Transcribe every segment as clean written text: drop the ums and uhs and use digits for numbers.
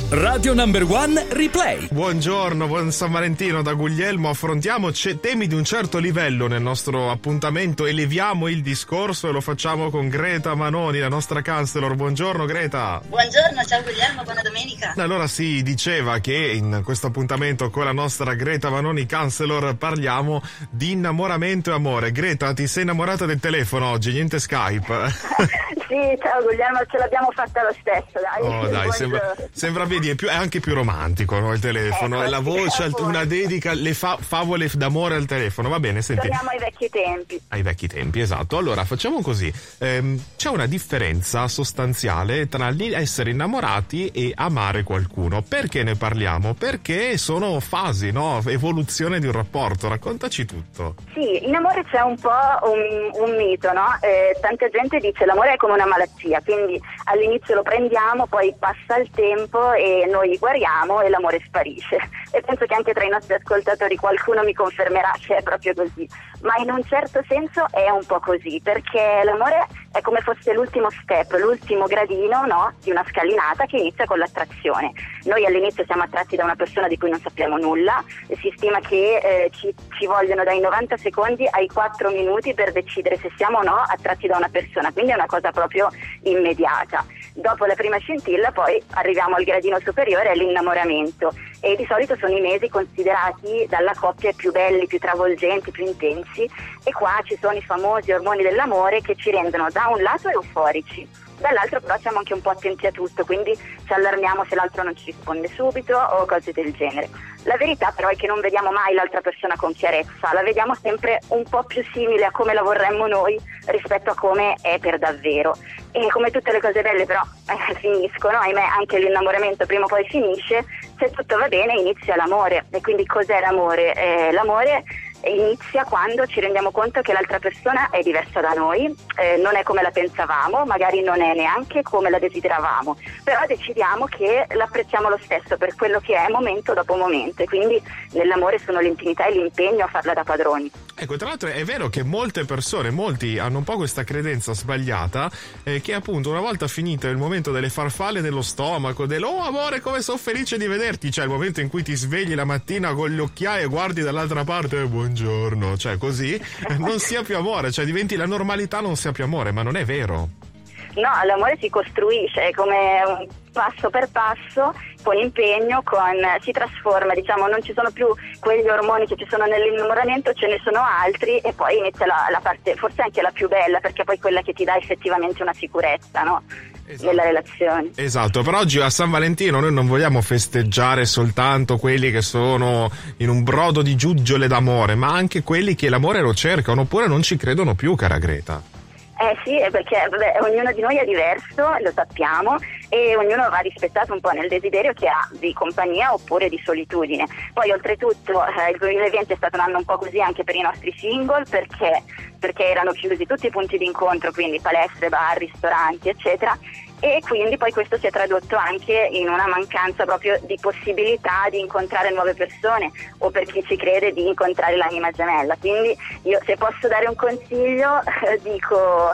Radio Number One Replay. Buongiorno, buon San Valentino da Guglielmo. Affrontiamo temi di un certo livello nel nostro appuntamento, eleviamo il discorso e lo facciamo con Greta Manoni, la nostra counselor. Buongiorno Greta. Buongiorno, ciao Guglielmo, buona domenica. Allora si diceva che in questo appuntamento con la nostra Greta Manoni counselor parliamo di innamoramento e amore. Greta, ti sei innamorata del telefono oggi, niente Skype? Sì, ciao Guglielmo, ce l'abbiamo fatta lo stesso, dai. Oh dai, sembra vedi, è anche più romantico, no, il telefono, la voce, una dedica, le favole d'amore al telefono. Va bene, senti. Torniamo ai vecchi tempi. Ai vecchi tempi, esatto. Allora, facciamo così. C'è una differenza sostanziale tra essere innamorati e amare qualcuno. Perché ne parliamo? Perché sono fasi, no? Evoluzione di un rapporto. Raccontaci tutto. Sì, in amore c'è un po' un mito, no? Tanta gente dice l'amore è come una malattia, quindi all'inizio lo prendiamo, poi passa il tempo e noi guariamo e l'amore sparisce. E penso che anche tra i nostri ascoltatori qualcuno mi confermerà che è proprio così. Ma in un certo senso è un po' così, perché l'amore è come fosse l'ultimo step, l'ultimo gradino, no? Di una scalinata che inizia con l'attrazione. Noi all'inizio siamo attratti da una persona di cui non sappiamo nulla, si stima che ci vogliono dai 90 secondi ai 4 minuti per decidere se siamo o no attratti da una persona, quindi è una cosa proprio immediata. Dopo la prima scintilla poi arriviamo al gradino superiore, all'innamoramento, e di solito sono i mesi considerati dalla coppia più belli, più travolgenti, più intensi, e qua ci sono i famosi ormoni dell'amore che ci rendono da un lato euforici, dall'altro però siamo anche un po' attenti a tutto, quindi ci allarmiamo se l'altro non ci risponde subito o cose del genere. La verità però è che non vediamo mai l'altra persona con chiarezza, la vediamo sempre un po' più simile a come la vorremmo noi rispetto a come è per davvero. E come tutte le cose belle però finiscono, ahimè anche l'innamoramento prima o poi finisce, se tutto va bene inizia l'amore. E quindi cos'è l'amore? L'amore inizia quando ci rendiamo conto che l'altra persona è diversa da noi, non è come la pensavamo, magari non è neanche come la desideravamo, però decidiamo che l'apprezziamo lo stesso per quello che è momento dopo momento, e quindi nell'amore sono l'intimità e l'impegno a farla da padroni. Ecco, tra l'altro è vero che molte persone, molti hanno un po' questa credenza sbagliata, che appunto una volta finito il momento delle farfalle dello stomaco, oh amore come sono felice di vederti, cioè il momento in cui ti svegli la mattina con le occhiaie e guardi dall'altra parte, buongiorno, cioè così, non sia più amore, cioè diventi la normalità, non sia più amore, ma non è vero. No, l'amore si costruisce come passo per passo, con impegno, si trasforma, diciamo, non ci sono più quegli ormoni che ci sono nell'innamoramento, ce ne sono altri, e poi inizia la parte, forse anche la più bella, perché poi quella che ti dà effettivamente una sicurezza, no? Esatto. Nella relazione. Esatto, però oggi a San Valentino noi non vogliamo festeggiare soltanto quelli che sono in un brodo di giuggiole d'amore, ma anche quelli che l'amore lo cercano oppure non ci credono più, cara Greta. Sì, perché ognuno di noi è diverso, lo sappiamo, e ognuno va rispettato un po' nel desiderio che ha di compagnia oppure di solitudine. Poi oltretutto il 2020 è stato un anno un po' così anche per i nostri single, perché erano chiusi tutti i punti di incontro, quindi palestre, bar, ristoranti, eccetera, e quindi poi questo si è tradotto anche in una mancanza proprio di possibilità di incontrare nuove persone, o per chi ci crede di incontrare l'anima gemella. Quindi io, se posso dare un consiglio, dico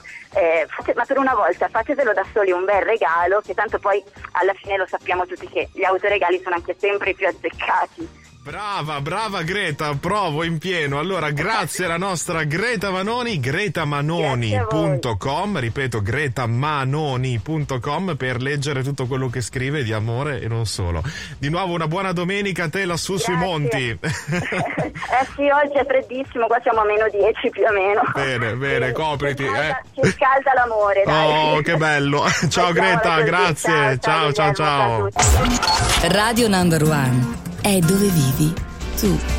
ma per una volta fatevelo da soli un bel regalo, che tanto poi alla fine lo sappiamo tutti che gli autoregali sono anche sempre i più azzeccati. Brava Greta, provo in pieno. Allora, grazie alla nostra Greta Manoni, gretamanoni.com, ripeto, gretamanoni.com, per leggere tutto quello che scrive di amore e non solo. Di nuovo una buona domenica a te lassù sui monti. Sì, oggi è freddissimo, qua siamo a -10 più o meno. Bene, copriti. Ci scalda l'amore, dai. Oh, che bello. Ciao Greta, grazie. Ciao. Radio Number One è dove vivi tu.